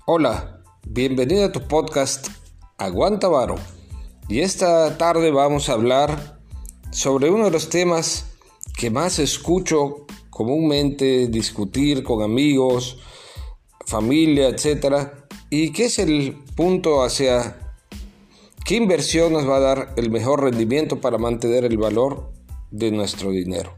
Hola, bienvenido a tu podcast Aguanta Varo. Y esta tarde vamos a hablar sobre uno de los temas que más escucho comúnmente discutir con amigos, familia, etcétera, y que es el punto hacia qué inversión nos va a dar el mejor rendimiento para mantener el valor de nuestro dinero.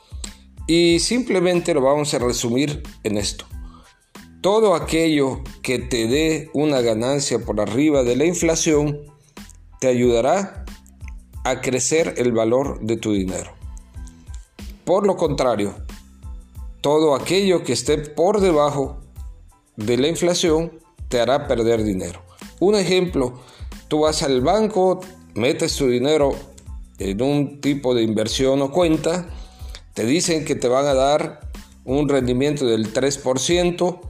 Y simplemente lo vamos a resumir en esto. Todo aquello que te dé una ganancia por arriba de la inflación te ayudará a crecer el valor de tu dinero. Por lo contrario, todo aquello que esté por debajo de la inflación te hará perder dinero. Un ejemplo, tú vas al banco, metes tu dinero en un tipo de inversión o cuenta, te dicen que te van a dar un rendimiento del 3%,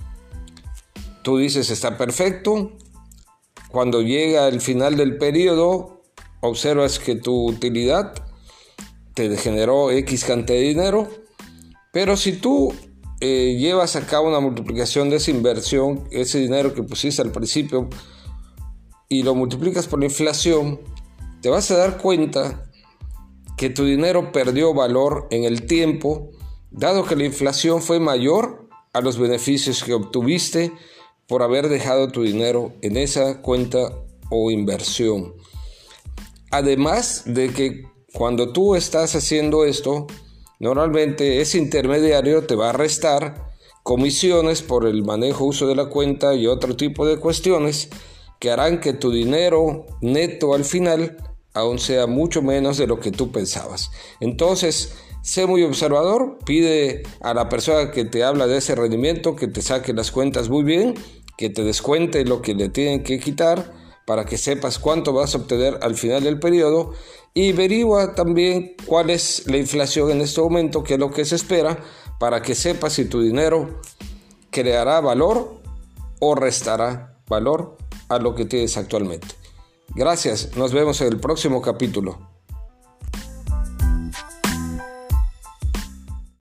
tú dices está perfecto. Cuando llega el final del periodo, observas que tu utilidad te generó X cantidad de dinero, pero si tú llevas a cabo una multiplicación de esa inversión, ese dinero que pusiste al principio, y lo multiplicas por la inflación, te vas a dar cuenta que tu dinero perdió valor en el tiempo, dado que la inflación fue mayor a los beneficios que obtuviste por haber dejado tu dinero en esa cuenta o inversión. Además de que cuando tú estás haciendo esto, normalmente ese intermediario te va a restar comisiones por el manejo, uso de la cuenta y otro tipo de cuestiones que harán que tu dinero neto al final aún sea mucho menos de lo que tú pensabas. Entonces, sé muy observador, pide a la persona que te habla de ese rendimiento que te saque las cuentas muy bien, que te descuente lo que le tienen que quitar para que sepas cuánto vas a obtener al final del periodo, y averigua también cuál es la inflación en este momento, qué es lo que se espera, para que sepas si tu dinero creará valor o restará valor a lo que tienes actualmente. Gracias, nos vemos en el próximo capítulo.